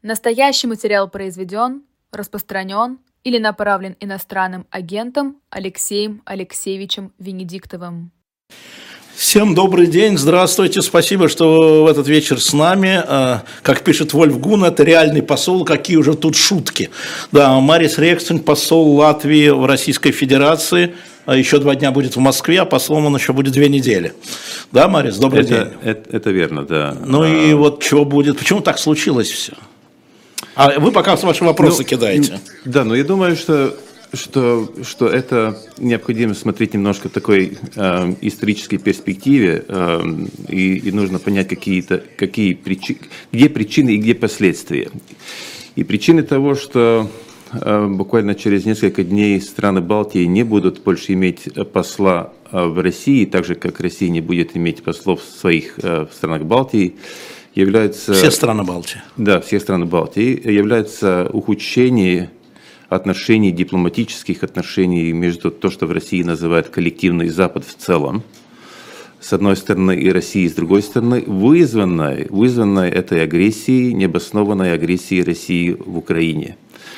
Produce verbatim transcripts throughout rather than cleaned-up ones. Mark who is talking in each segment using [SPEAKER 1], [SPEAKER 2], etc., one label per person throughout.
[SPEAKER 1] Настоящий материал произведен, распространен или направлен иностранным агентом Алексеем Алексеевичем Венедиктовым.
[SPEAKER 2] Всем добрый день, здравствуйте, спасибо, что в этот вечер с нами. Как пишет Вольф Гун, это реальный посол, какие уже тут шутки. Да, Марис Рекстин, посол Латвии в Российской Федерации, еще два дня будет в Москве, а послом он еще будет две недели. Да, Марис, добрый
[SPEAKER 3] это,
[SPEAKER 2] день.
[SPEAKER 3] Это, это верно, да.
[SPEAKER 2] Ну а... и вот что будет, почему так случилось все? А вы пока ваши вопросы ну, кидаете.
[SPEAKER 3] Да, но я думаю, что, что, что это необходимо смотреть немножко в такой э, исторической перспективе, э, и, и нужно понять, какие-то, какие причи, где причины и где последствия. И причины того, что э, буквально через несколько дней страны Балтии не будут больше иметь посла э, в России, так же, как Россия не будет иметь послов в своих э, в странах Балтии, является...
[SPEAKER 2] Все страны Балтии.
[SPEAKER 3] Да, все страны Балтии. Является ухудшение отношений, дипломатических отношений между то, что в России называют коллективный Запад в целом, с одной стороны, и России с другой стороны, вызванной, вызванной этой агрессией, необоснованной агрессией России в Украине.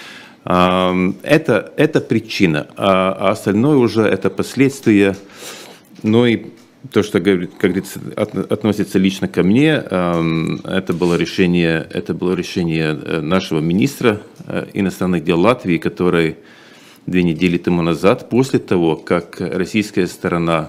[SPEAKER 3] Это, это причина, а остальное уже это последствия, ну и то, что, как говорится, относится лично ко мне, это было решение, это было решение нашего министра иностранных дел Латвии, который две недели тому назад, после того, как российская сторона,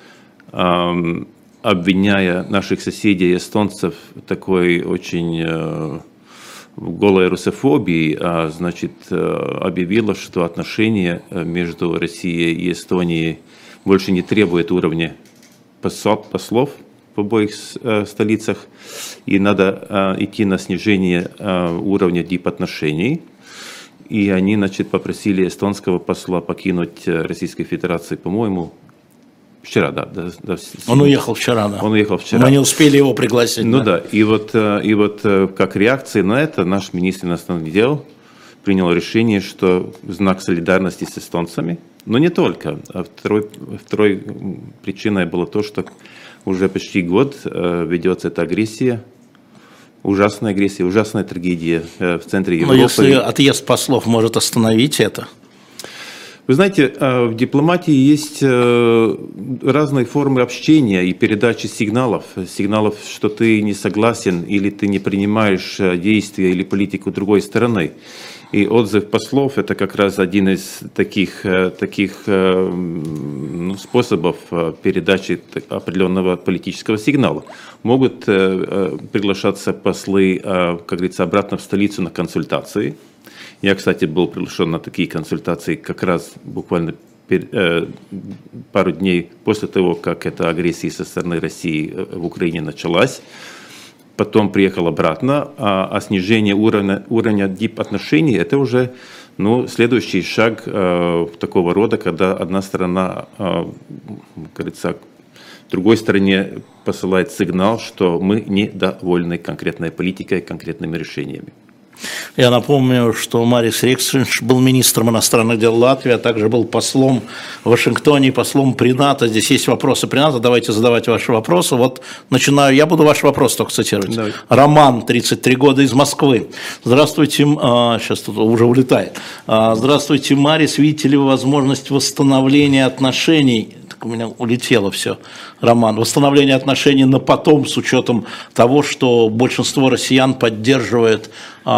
[SPEAKER 3] обвиняя наших соседей эстонцев в такой очень голой русофобии, значит, объявила, что отношения между Россией и Эстонией больше не требуют уровня послов в обоих столицах, и надо идти на снижение уровня дипотношений. И они, значит, попросили эстонского посла покинуть Российской Федерации, по-моему, вчера, да. да, да
[SPEAKER 2] Он уехал вчера, да.
[SPEAKER 3] Он уехал вчера.
[SPEAKER 2] Мы не успели его пригласить.
[SPEAKER 3] Ну
[SPEAKER 2] да,
[SPEAKER 3] да. И вот, и вот как реакция на это наш министр иностранных дел принял решение, что в знак солидарности с эстонцами, но не только. А второй, второй причиной было то, что уже почти год ведется эта агрессия, ужасная агрессия, ужасная трагедия в центре Европы.
[SPEAKER 2] Но если отъезд послов может остановить это?
[SPEAKER 3] Вы знаете, в дипломатии есть разные формы общения и передачи сигналов. Сигналов, что ты не согласен или ты не принимаешь действия или политику другой стороны. И отзыв послов – это как раз один из таких, таких ну, способов передачи определенного политического сигнала. Могут приглашаться послы, как говорится, обратно в столицу на консультации. Я, кстати, был приглашен на такие консультации как раз буквально пару дней после того, как эта агрессия со стороны России в Украине началась. Потом приехал обратно, а, а снижение уровня, уровня дипотношений – это уже ну, следующий шаг э, такого рода, когда одна сторона, э, говорится, другой стороне посылает сигнал, что мы недовольны конкретной политикой, конкретными решениями.
[SPEAKER 2] Я напомню, что Марис Рекстин был министром иностранных дел Латвии, а также был послом в Вашингтоне и послом при НАТО. Здесь есть вопросы при НАТО, давайте задавать ваши вопросы. Вот начинаю, я буду ваши вопросы только цитировать. Давай. Роман, тридцать три года, из Москвы. Здравствуйте, а, сейчас тут уже улетает. А, здравствуйте, Марис, видите ли вы возможность восстановления отношений? У меня улетело все, Роман. Восстановление отношений на потом с учетом того, что большинство россиян поддерживает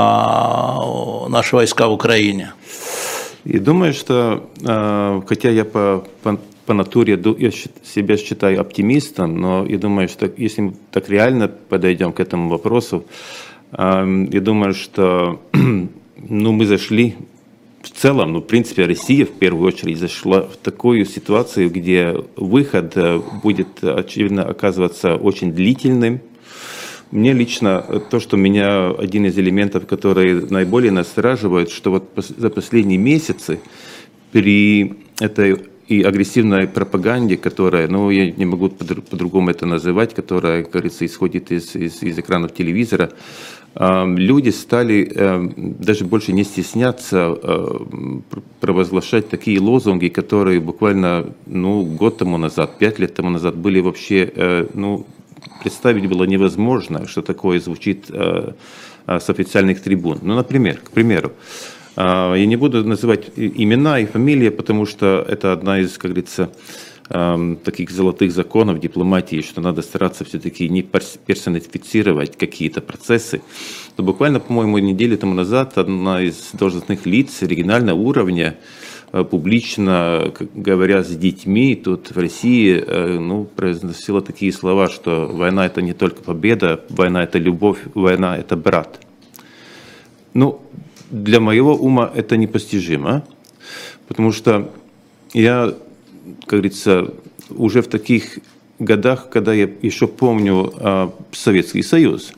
[SPEAKER 2] а, наши войска в Украине.
[SPEAKER 3] И думаю, что, а, хотя я по, по, по натуре я себя считаю оптимистом, но я думаю, что если мы так реально подойдем к этому вопросу, а, я думаю, что ну, мы зашли... В целом, ну, в принципе, Россия в первую очередь зашла в такую ситуацию, где выход будет, очевидно, оказываться очень длительным. Мне лично то, что меня один из элементов, которые наиболее настораживают, что вот за последние месяцы при этой и агрессивной пропаганде, которая, ну, я не могу по-другому это называть, которая, как говорится, исходит из, из, из экранов телевизора, люди стали даже больше не стесняться провозглашать такие лозунги, которые буквально ну, год тому назад, пять лет тому назад были вообще, ну, представить было невозможно, что такое звучит с официальных трибун. Ну, например, к примеру, я не буду называть имена и фамилии, потому что это одна из, как говорится, таких золотых законов дипломатии, что надо стараться все-таки не персонифицировать какие-то процессы. Но буквально, по-моему, неделю тому назад одна из должностных лиц регионального уровня, публично говоря с детьми тут в России, ну, произносила такие слова, что война — это не только победа, война — это любовь, война — это брат. Ну, для моего ума это непостижимо, потому что я, как говорится, уже в таких годах, когда я еще помню а, Советский Союз,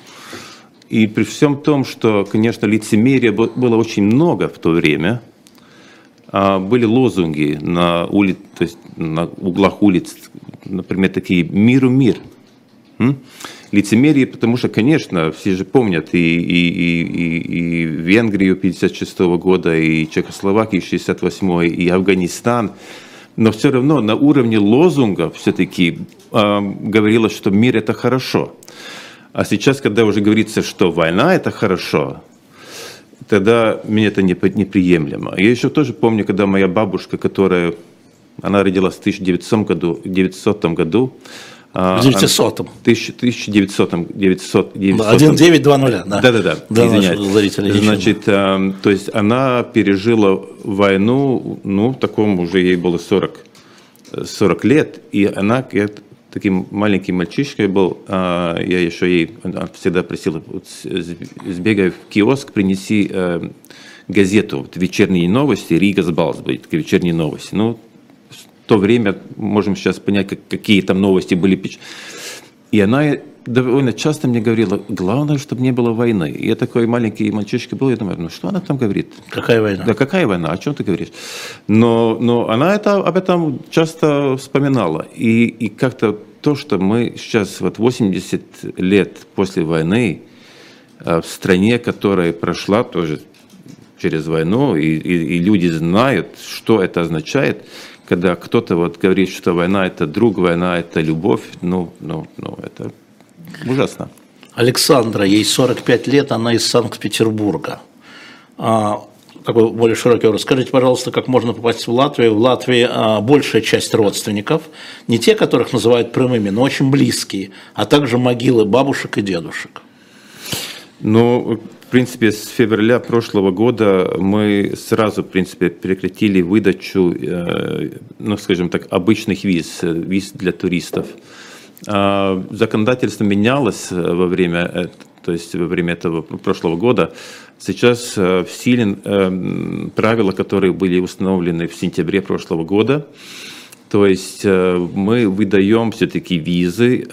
[SPEAKER 3] и при всем том, что, конечно, лицемерия было очень много в то время, а, были лозунги на, ули... то есть на углах улиц, например, такие «Миру мир». М? Лицемерие, потому что, конечно, все же помнят и, и, и, и Венгрию пятьдесят шестого года, и Чехословакию шестьдесят восьмой, и Афганистан. Но все равно на уровне лозунгов все-таки э, говорилось, что мир — это хорошо. А сейчас, когда уже говорится, что война — это хорошо, тогда мне это неприемлемо. Я еще тоже помню, когда моя бабушка, которая, она родилась в тысяча девятисотом году,
[SPEAKER 2] В девятисотом.
[SPEAKER 3] тысяча девятисотом.
[SPEAKER 2] один девять два ноль. Да,
[SPEAKER 3] да, да.
[SPEAKER 2] Да,
[SPEAKER 3] значит, э, то есть она пережила войну, ну, такому уже ей было сорок, сорок лет, и она, я таким маленьким мальчишкой был, э, я еще ей всегда просила, вот, сбегай в киоск, принеси э, газету, вот, вечерние новости, Рига Сбалс, будет, такие вечерние новости. Ну, в то время можем сейчас понять, как, какие там новости были. И она довольно часто мне говорила, главное, чтобы не было войны. И я такой маленький мальчишка был, я думаю, ну что она там говорит?
[SPEAKER 2] Какая война?
[SPEAKER 3] Да какая война, о чем ты говоришь? Но, но она это, об этом часто вспоминала. И, и как-то то, что мы сейчас, вот восемьдесят лет после войны, в стране, которая прошла тоже через войну, и, и, и люди знают, что это означает, когда кто-то вот говорит, что война — это друг, война — это любовь, ну, ну, ну, это ужасно.
[SPEAKER 2] Александра, ей сорок пять лет, она из Санкт-Петербурга. А, такой более широкий вопрос. Скажите, пожалуйста, как можно попасть в Латвию? В Латвии а, большая часть родственников, не те, которых называют прямыми, но очень близкие, а также могилы бабушек и дедушек.
[SPEAKER 3] Ну, в принципе, с февраля прошлого года мы сразу, в принципе, прекратили выдачу, ну, скажем так, обычных виз, виз для туристов. Законодательство менялось во время, то есть во время этого прошлого года. Сейчас в силе правила, которые были установлены в сентябре прошлого года. То есть мы выдаем все-таки визы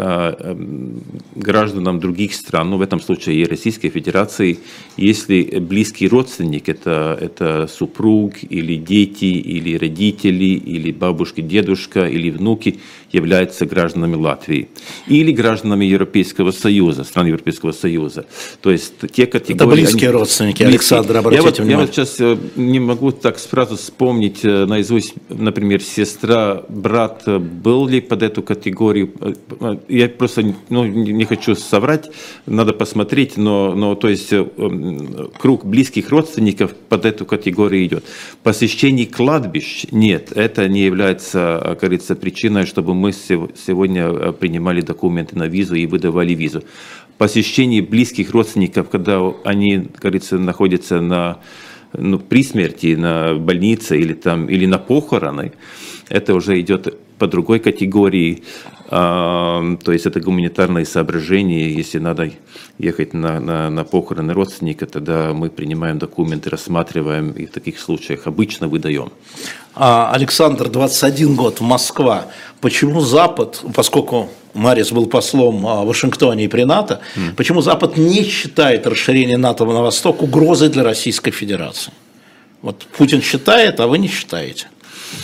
[SPEAKER 3] гражданам других стран, ну, в этом случае и Российской Федерации, если близкий родственник, это, это супруг, или дети, или родители, или бабушка, дедушка, или внуки, являются гражданами Латвии. Или гражданами Европейского Союза, стран Европейского Союза. То есть те категории...
[SPEAKER 2] Это близкие они, родственники, близкие. Александр, обратите
[SPEAKER 3] я вот,
[SPEAKER 2] внимание.
[SPEAKER 3] Я вот сейчас не могу так сразу вспомнить наизусть, например, сестра, брат был ли под эту категорию. Я просто ну, не хочу соврать, надо посмотреть, но, но то есть круг близких родственников под эту категорию идет. Посещение кладбищ нет, это не является, как говорится, причиной, чтобы мы сегодня принимали документы на визу и выдавали визу. Посещение близких родственников, когда они, как говорится, находятся на, ну, при смерти, на больнице или, там, или на похороны, это уже идет по другой категории, а, то есть это гуманитарные соображения. Если надо ехать на, на, на похороны родственника, тогда мы принимаем документы, рассматриваем и в таких случаях обычно выдаем.
[SPEAKER 2] Александр, двадцать один год, Москва. Почему Запад, поскольку Марис был послом в Вашингтоне и при НАТО, mm. почему Запад не считает расширение НАТО на восток угрозой для Российской Федерации? Вот Путин считает, а вы не считаете.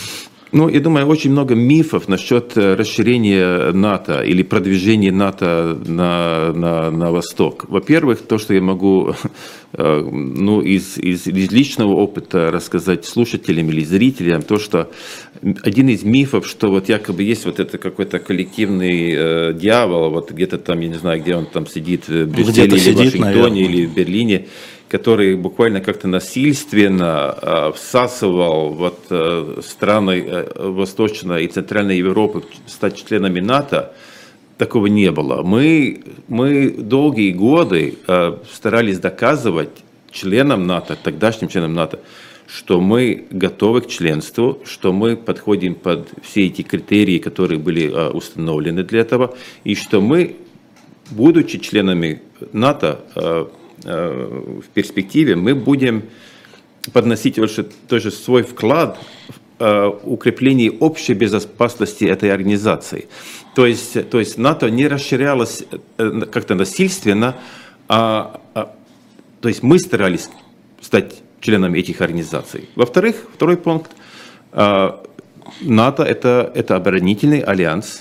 [SPEAKER 3] Ну, я думаю, очень много мифов насчет расширения НАТО или продвижения НАТО на, на, на восток. Во-первых, то, что я могу ну, из, из, из личного опыта рассказать слушателям или зрителям, то, что один из мифов, что вот якобы есть вот это какой-то коллективный э, дьявол, вот где-то там, я не знаю, где он там сидит, в Брюсселе или сидит, в Вашингтоне, наверное, или в Берлине, который буквально как-то насильственно э, всасывал вот, э, страны э, Восточной и Центральной Европы стать членами НАТО, такого не было. Мы, мы долгие годы э, старались доказывать членам НАТО, тогдашним членам НАТО, что мы готовы к членству, что мы подходим под все эти критерии, которые были э, установлены для этого, и что мы, будучи членами НАТО, э, в перспективе мы будем подносить тоже свой вклад в укрепление общей безопасности этой организации. То есть, то есть НАТО не расширялось как-то насильственно, а, а, то есть мы старались стать членами этих организаций. Во-вторых, второй пункт, НАТО это, это оборонительный альянс.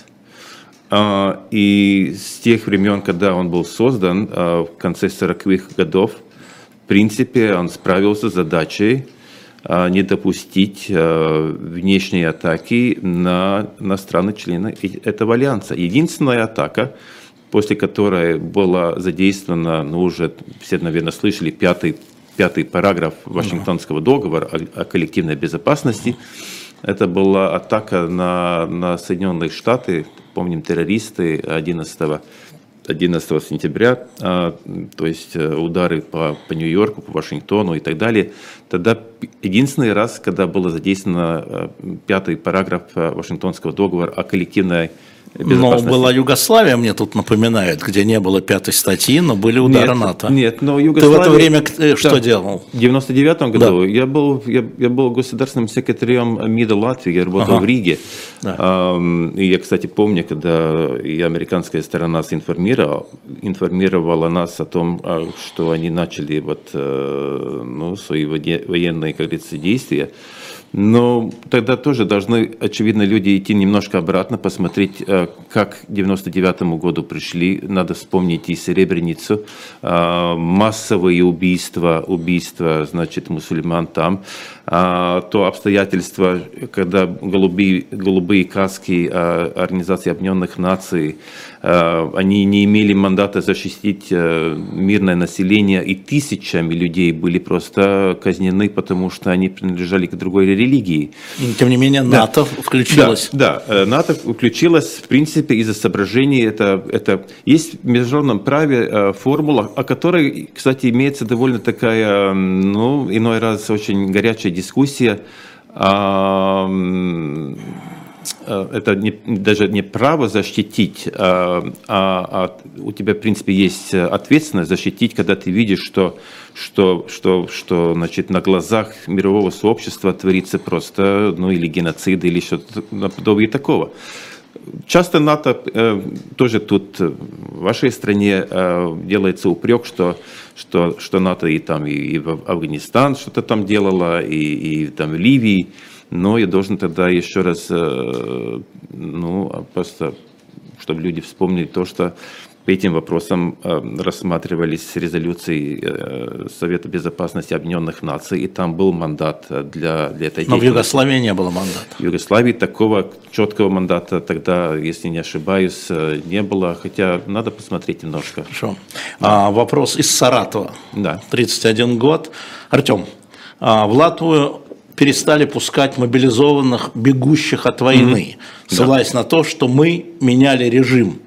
[SPEAKER 3] И с тех времен, когда он был создан в конце сороковых годов, в принципе, он справился с задачей не допустить внешней атаки на, на страны-члены этого альянса. Единственная атака, после которой была задействована, ну уже все, наверное, слышали, пятый, пятый параграф Вашингтонского договора о, о коллективной безопасности, это была атака на, на Соединенные Штаты. Помним, террористы одиннадцатого сентября, то есть удары по, по Нью-Йорку, по Вашингтону и так далее. Тогда единственный раз, когда был задействован пятый параграф Вашингтонского договора о коллективной безопасности.
[SPEAKER 2] Но была Югославия, мне тут напоминает, где не было пятой статьи, но были удары
[SPEAKER 3] нет,
[SPEAKER 2] НАТО.
[SPEAKER 3] Нет, но Югославия...
[SPEAKER 2] Ты в это время что да. делал?
[SPEAKER 3] В девяносто девятом году
[SPEAKER 2] да.
[SPEAKER 3] я, был, я, я был государственным секретарем МИДа Латвии, я работал ага. в Риге. Да. И я, кстати, помню, когда и американская сторона нас информировала, информировала нас о том, что они начали вот, ну, свои военные, как говорится, действия. Но тогда тоже должны, очевидно, люди идти немножко обратно, посмотреть, как к девяносто девятому году пришли. Надо вспомнить и Сребреницу, массовые убийства, убийства, значит, мусульман там. То обстоятельство, когда голубые, голубые каски Организации Объединенных Наций, они не имели мандата защитить мирное население, и тысячами людей были просто казнены, потому что они принадлежали к другой религии.
[SPEAKER 2] Тем не менее, НАТО да. включилось.
[SPEAKER 3] Да, да, НАТО включилось, в принципе, из-за соображений. Это, это есть в международном праве формула, о которой, кстати, имеется довольно такая, ну, иной раз очень горячая дискуссия. Это не, даже не право защитить, а, а у тебя, в принципе, есть ответственность защитить, когда ты видишь, что, что, что, что значит, на глазах мирового сообщества творится просто, ну, или геноцид, или что-то наподобие такого. Часто НАТО, э, тоже тут в вашей стране э, делается упрек, что, что, что НАТО и, там, и, и в Афганистан что-то там делало, и, и там в Ливии. Но я должен тогда еще раз, э, ну, просто, чтобы люди вспомнили то, что по этим вопросам э, рассматривались резолюции э, Совета Безопасности Объединенных Наций, и там был мандат для, для этой деятельности.
[SPEAKER 2] Но в Югославии не было мандата.
[SPEAKER 3] В Югославии такого четкого мандата тогда, если не ошибаюсь, не было, хотя надо посмотреть немножко.
[SPEAKER 2] Хорошо. Да. А, вопрос из Саратова.
[SPEAKER 3] Да.
[SPEAKER 2] тридцать один год. Артем, а, в Латвию перестали пускать мобилизованных, бегущих от войны, mm-hmm. ссылаясь да. на то, что мы меняли режим.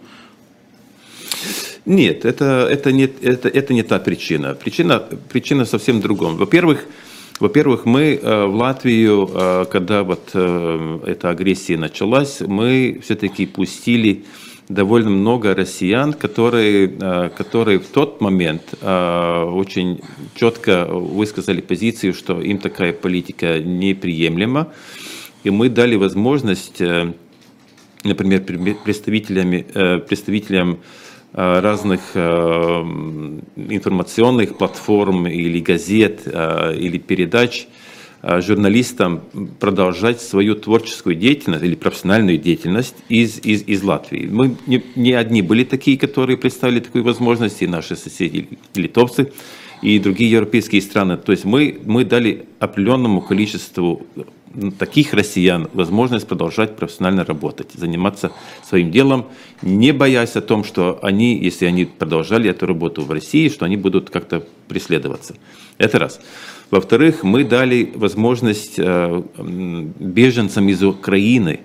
[SPEAKER 3] Нет, это, это, не, это, это не та причина. Причина, причина совсем в другом. Во-первых, во-первых, мы э, в Латвию, э, когда вот э, эта агрессия началась, мы все-таки пустили довольно много россиян, которые, э, которые в тот момент э, очень четко высказали позицию, что им такая политика неприемлема. И мы дали возможность, э, например, представителям, э, представителям разных э, информационных платформ или газет, э, или передач журналистам продолжать свою творческую деятельность или профессиональную деятельность из, из, из Латвии. Мы не, не одни были такие, которые представили такую возможность, и наши соседи, и литовцы, и другие европейские страны. То есть мы, мы дали определенному количеству таких россиян возможность продолжать профессионально работать, заниматься своим делом, не боясь о том, что они, если они продолжали эту работу в России, что они будут как-то преследоваться. Это раз. Во-вторых, мы дали возможность беженцам из Украины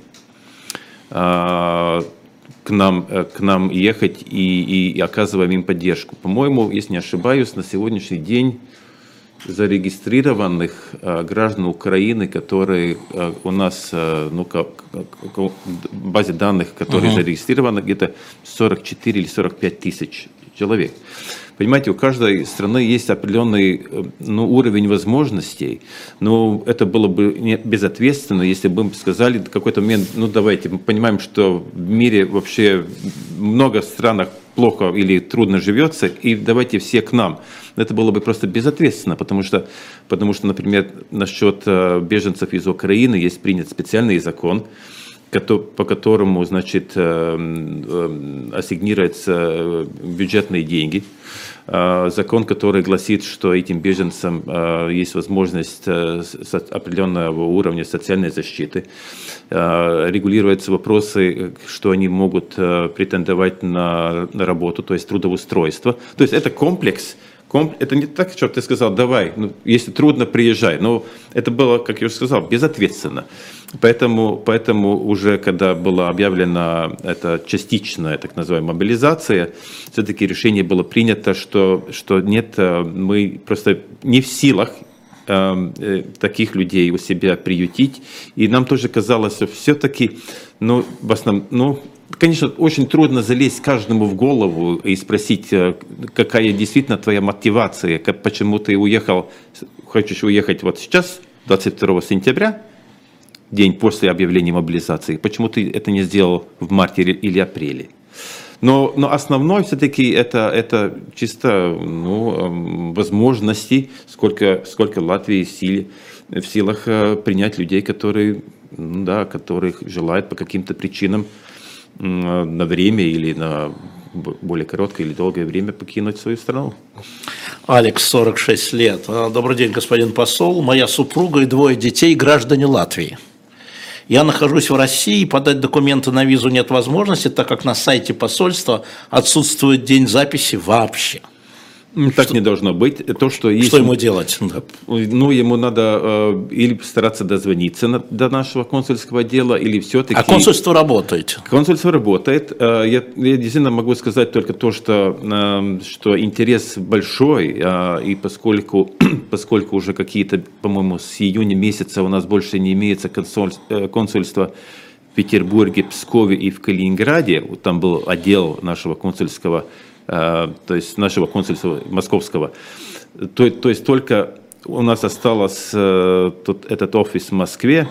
[SPEAKER 3] к нам, к нам ехать и, и, и оказываем им поддержку. По-моему, если не ошибаюсь, на сегодняшний день зарегистрированных э, граждан Украины, которые э, у нас, э, ну, как, как, в базе данных, которые uh-huh. зарегистрированы, где-то сорок четыре или сорок пять тысяч человек. Понимаете, у каждой страны есть определенный ну, уровень возможностей, но это было бы не безответственно, если бы мы сказали в какой-то момент, ну давайте, мы понимаем, что в мире вообще много странах плохо или трудно живется, и давайте все к нам. Это было бы просто безответственно, потому что, потому что, например, насчет беженцев из Украины есть принят специальный закон, по которому, значит, ассигнируются бюджетные деньги. Закон, который гласит, что этим беженцам есть возможность определенного уровня социальной защиты. Регулируются вопросы, что они могут претендовать на работу, то есть трудоустройство. То есть это комплекс. Это не так, что ты сказал, давай, ну, если трудно, приезжай. Но это было, как я уже сказал, безответственно. Поэтому, поэтому уже когда была объявлена эта частичная, так называемая, мобилизация, все-таки решение было принято, что, что нет, мы просто не в силах э, таких людей у себя приютить. И нам тоже казалось, что все-таки, ну, в основном, ну, конечно, очень трудно залезть каждому в голову и спросить, какая действительно твоя мотивация, почему ты уехал, хочешь уехать вот сейчас, двадцать второго сентября, день после объявления мобилизации, почему ты это не сделал в марте или апреле. Но, но основное все-таки это, это чисто ну, возможности, сколько, сколько Латвии в, силе, в силах принять людей, которые, да, которых желают по каким-то причинам на время или на более короткое или долгое время покинуть свою страну.
[SPEAKER 2] Алекс, сорок шесть лет. Добрый день, господин посол. Моя супруга и двое детей граждане Латвии. Я нахожусь в России, подать документы на визу нет возможности, так как на сайте посольства отсутствует день записи вообще.
[SPEAKER 3] Так что, не должно быть. То, что, есть,
[SPEAKER 2] что ему делать?
[SPEAKER 3] Ну, ему надо э, или стараться дозвониться на, до нашего консульского отдела, или все-таки...
[SPEAKER 2] А консульство работает?
[SPEAKER 3] Консульство работает. Э, я, я действительно могу сказать только то, что, э, что интерес большой, э, и поскольку, поскольку уже какие-то, по-моему, с июня месяца у нас больше не имеется консуль, э, консульства в Петербурге, Пскове и в Калининграде, там был отдел нашего консульского то есть нашего консульства московского, то, то есть только у нас осталось тут, этот офис в Москве.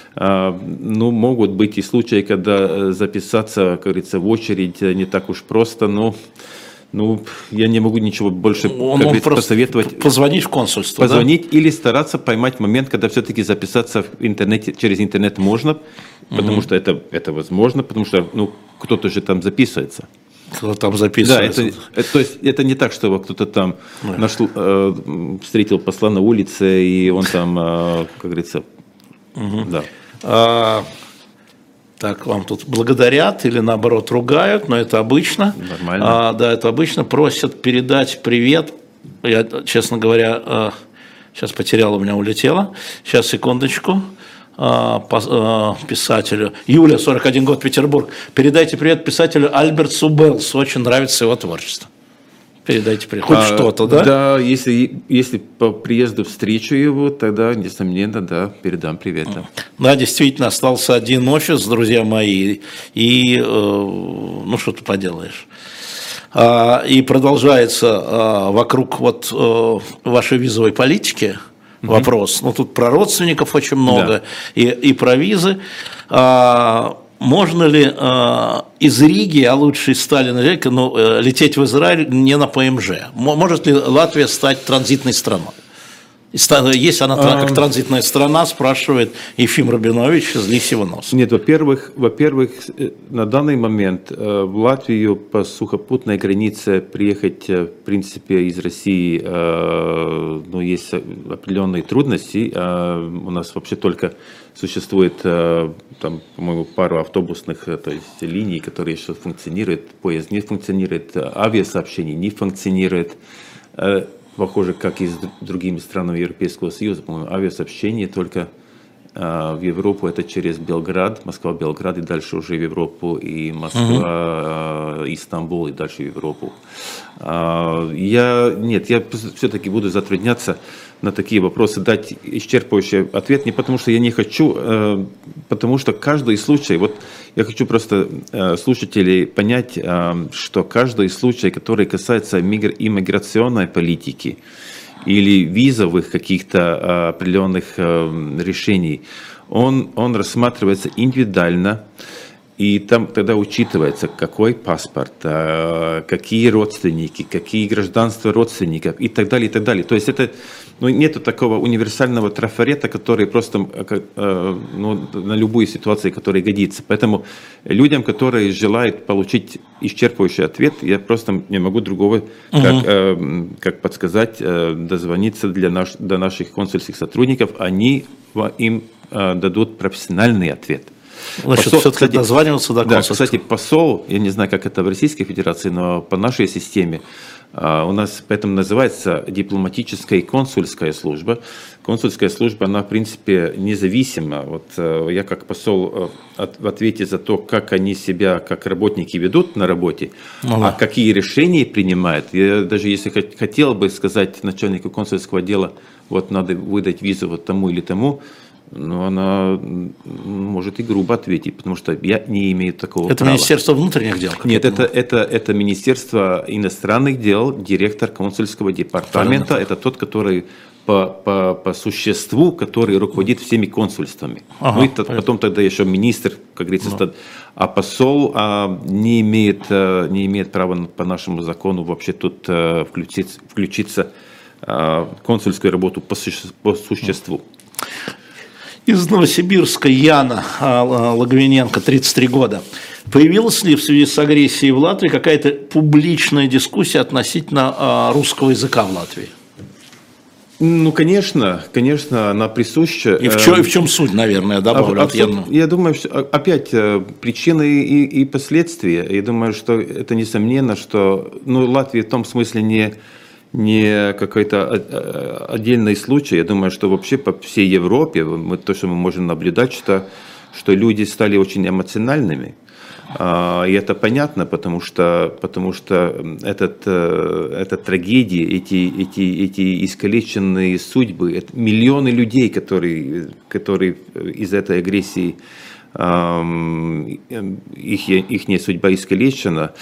[SPEAKER 3] Ну, могут быть и случаи, когда записаться, как говорится, в очередь не так уж просто, но ну, я не могу ничего больше
[SPEAKER 2] он, он посоветовать. Позвонить в консульство,
[SPEAKER 3] Позвонить
[SPEAKER 2] да?
[SPEAKER 3] Или стараться поймать момент, когда все-таки записаться в интернете, через интернет можно, потому угу. что это, это возможно, потому что ну, кто-то же там записывается.
[SPEAKER 2] Кто там записывается.
[SPEAKER 3] Да, это, это, то есть это не так, что кто-то там да. нашел, э, встретил посла на улице, и он там, э, как говорится,
[SPEAKER 2] угу. да. А, так, вам тут благодарят или наоборот ругают, но это обычно.
[SPEAKER 3] Нормально.
[SPEAKER 2] А, да, это обычно. Просят передать привет. Я, честно говоря, э, сейчас потерял, у меня улетело. Сейчас, секундочку. Писателю. Юля, сорок один год, Петербург. Передайте привет писателю Альбертсу Беллсу. Очень нравится его творчество. Передайте привет. Хоть а, что-то, да?
[SPEAKER 3] Да, если, если по приезду встречу его, тогда, несомненно, да, передам привет. Да,
[SPEAKER 2] да действительно, остался один офис, друзья мои, и, э, ну, что ты поделаешь. А, и продолжается а, вокруг вот э, вашей визовой политики вопрос. Ну, тут про родственников очень много, да. и, и про визы. А, можно ли а, из Риги, а лучше из Сталина, ну, лететь в Израиль не на ПМЖ? Может ли Латвия стать транзитной страной? Есть она как транзитная страна, спрашивает Ефим Рабинович из Лисьего носа.
[SPEAKER 3] Нет, во-первых, во-первых, на данный момент в Латвию по сухопутной границе приехать, в принципе, из России, ну, есть определенные трудности. У нас вообще только существует, там, по-моему, пару автобусных, то есть линий, которые еще функционируют, поезд не функционирует, авиасообщение не функционирует. Похоже, как и с другими странами Европейского Союза, по-моему, авиасообщение только э, в Европу это через Белград, Москва-Белград, и дальше уже в Европу, и Москва, э, Истамбул, и дальше в Европу. Э, я, нет, я все-таки буду затрудняться на такие вопросы дать исчерпывающий ответ, не потому что я не хочу, э, потому что каждый случай, вот я хочу просто э, слушателей понять, э, что каждый случай, который касается мигр- иммиграционной политики или визовых каких-то э, определенных э, решений, он, он рассматривается индивидуально. И там тогда учитывается, какой паспорт, какие родственники, какие гражданства родственников и так далее, и так далее. То есть это, ну, нету такого универсального трафарета, который просто ну, на любую ситуацию, которая годится. Поэтому людям, которые желают получить исчерпывающий ответ, я просто не могу другого, как, угу. как подсказать, дозвониться для наш, до наших консульских сотрудников, они им дадут профессиональный ответ.
[SPEAKER 2] Значит, посол, все-таки кстати, дозваниваться до консульства.
[SPEAKER 3] Да, кстати, посол, я не знаю, как это в Российской Федерации, но по нашей системе а, у нас поэтому называется дипломатическая и консульская служба. Консульская служба, она, в принципе, независима. Вот а, я как посол а, от, в ответе за то, как они себя, как работники ведут на работе, ага. а какие решения принимают. Я даже если хотел бы сказать начальнику консульского отдела, вот надо выдать визу вот тому или тому, но она может и грубо ответить, потому что я не имею такого
[SPEAKER 2] это
[SPEAKER 3] права.
[SPEAKER 2] Это Министерство внутренних дел?
[SPEAKER 3] Нет, это, это, это Министерство иностранных дел, директор консульского департамента. Правильно. Это тот, который по, по, по существу, который руководит всеми консульствами. Ага, ну и то, потом тогда еще министр, как говорится, да. а посол а, не, имеет, а, не имеет права по нашему закону вообще тут а, включиться, включиться а, в консульскую работу по, суще, по существу.
[SPEAKER 2] Из Новосибирска Яна Логвиненко, тридцать три года. Появилась ли в связи с агрессией в Латвии какая-то публичная дискуссия относительно русского языка в Латвии?
[SPEAKER 3] Ну, конечно, конечно, она присуща.
[SPEAKER 2] И в чем, и в чем суть, наверное, добавлю от Яны?
[SPEAKER 3] Я думаю, что опять причины и, и последствия. Я думаю, что это несомненно, что ну, Латвия в том смысле не... не какой-то отдельный случай. Я думаю, что вообще по всей Европе мы, то, что мы можем наблюдать, что, что люди стали очень эмоциональными. И это понятно, потому что, потому что этот, эта трагедия, эти, эти, эти искалеченные судьбы, это миллионы людей, которые, которые из этой агрессии их, их судьба искалечена,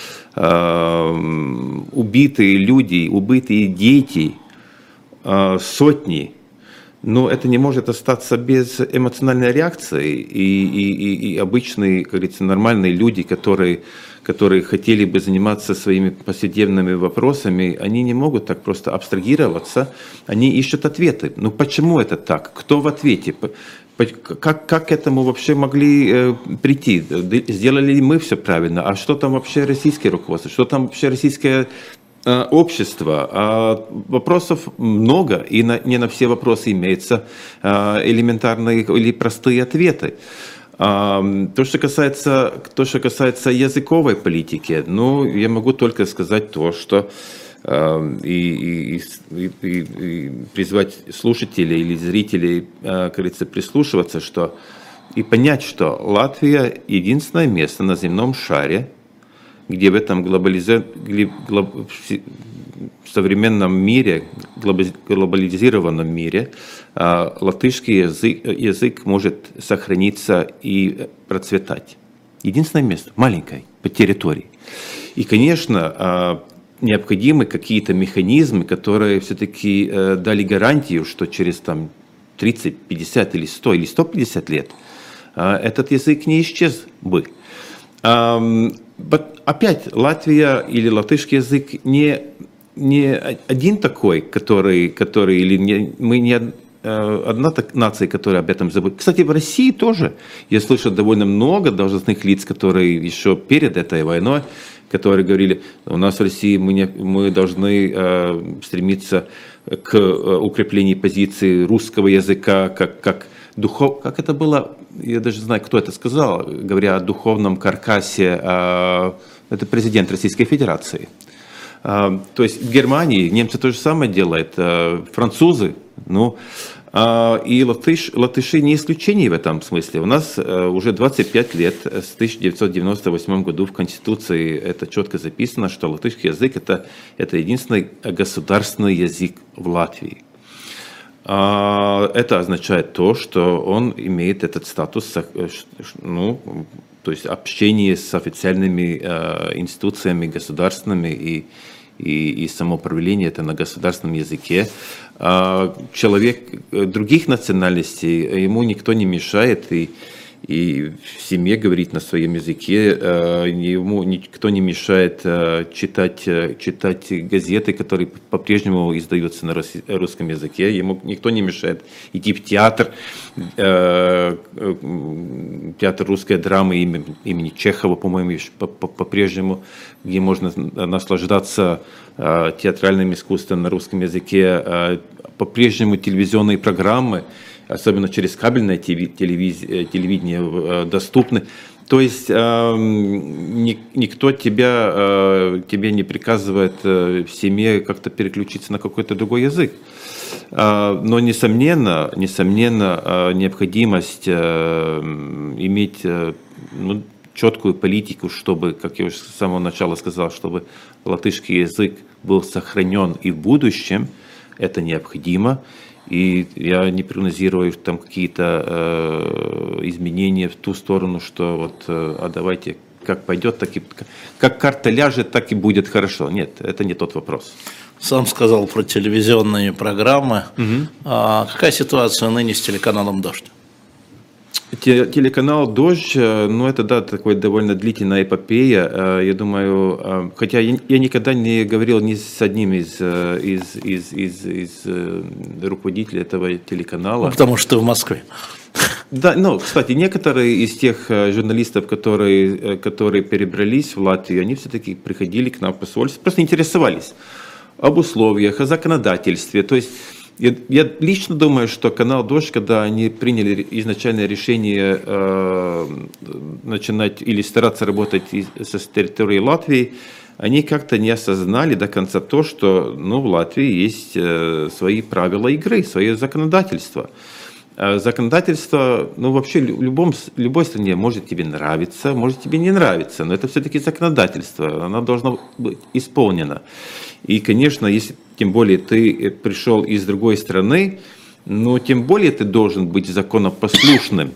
[SPEAKER 3] убитые люди, убитые дети, сотни, но это не может остаться без эмоциональной реакции, и, и, и обычные, как говорится, нормальные люди, которые, которые хотели бы заниматься своими повседневными вопросами, они не могут так просто абстрагироваться, они ищут ответы. Ну почему это так? Кто в ответе? Как, как к этому вообще могли э, прийти? Сделали ли мы все правильно? А что там вообще российское руководство? Что там вообще российское э, общество? А вопросов много, и на, не на все вопросы имеются э, элементарные или простые ответы. А, то, что касается, то, что касается языковой политики, ну, я могу только сказать то, что И, и, и, и призвать слушателей или зрителей, как говорится, прислушиваться, что и понять, что Латвия единственное место на земном шаре, где в этом глобализи... глоб... современном мире, глобализированном мире, латышский язык, язык может сохраниться и процветать. Единственное место, маленькое, по территории. И, конечно, необходимы какие-то механизмы, которые все-таки э, дали гарантию, что через там, тридцать, пятьдесят или сто или сто пятьдесят лет э, этот язык не исчез бы. Э, опять, Латвия или латышский язык не, не один такой, который, который или не, мы не одна так, нация, которая об этом забыла. Кстати, в России тоже я слышал довольно много должностных лиц, которые еще перед этой войной, которые говорили, у нас в России мы, не, мы должны э, стремиться к укреплению позиции русского языка, как, как духов... Как это было? Я даже не знаю, кто это сказал, говоря о духовном каркасе. Э, это президент Российской Федерации. Э, то есть в Германии немцы то же самое делают, э, французы, ну... И латыш, латыши не исключение в этом смысле. У нас уже двадцать пять лет, с тысяча девятьсот девяносто восьмого года в Конституции это четко записано, что латышский язык это, это единственный государственный язык в Латвии. Это означает то, что он имеет этот статус, ну, то есть общение с официальными институциями государственными и И, и самоуправление это на государственном языке. А человек других национальностей, ему никто не мешает и, и в семье говорить на своем языке, ему никто не мешает читать, читать газеты, которые по-прежнему издаются на русском языке, ему никто не мешает идти в театр, театр русской драмы имени, имени Чехова, по-моему, по-прежнему, где можно наслаждаться э, театральным искусством на русском языке, э, по-прежнему телевизионные программы, особенно через кабельное телевидение, э, доступны. То есть э, ни, никто тебя, э, тебе не приказывает э, в семье как-то переключиться на какой-то другой язык. Э, но, несомненно, несомненно э, необходимость э, иметь... Э, ну, четкую политику, чтобы, как я уже с самого начала сказал, чтобы латышский язык был сохранен и в будущем, это необходимо. И я не прогнозирую там какие-то э, изменения в ту сторону, что вот, э, а давайте, как пойдет, так и, как карта ляжет, так и будет хорошо. Нет, это не тот вопрос.
[SPEAKER 2] Сам сказал про телевизионные программы. Угу. А какая ситуация ныне с телеканалом «Дождь»?
[SPEAKER 3] Телеканал «Дождь», ну это да, такой довольно длительная эпопея, я думаю, хотя я, я никогда не говорил ни с одним из, из, из, из, из руководителей этого телеканала.
[SPEAKER 2] Ну, потому что ты в Москве.
[SPEAKER 3] Да, ну, кстати, некоторые из тех журналистов, которые, которые перебрались в Латвию, они все-таки приходили к нам в посольство, просто интересовались об условиях, о законодательстве, то есть... Я, я лично думаю, что канал «Дождь», когда они приняли изначальное решение э, начинать или стараться работать со территории Латвии, они как-то не осознали до конца то, что ну, в Латвии есть э, свои правила игры, свое законодательство. А законодательство, ну вообще в любом, любой стране может тебе нравиться, может тебе не нравиться, но это все-таки законодательство, оно должно быть исполнено. И, конечно, если тем более ты пришел из другой страны, ну, тем более ты должен быть законопослушным.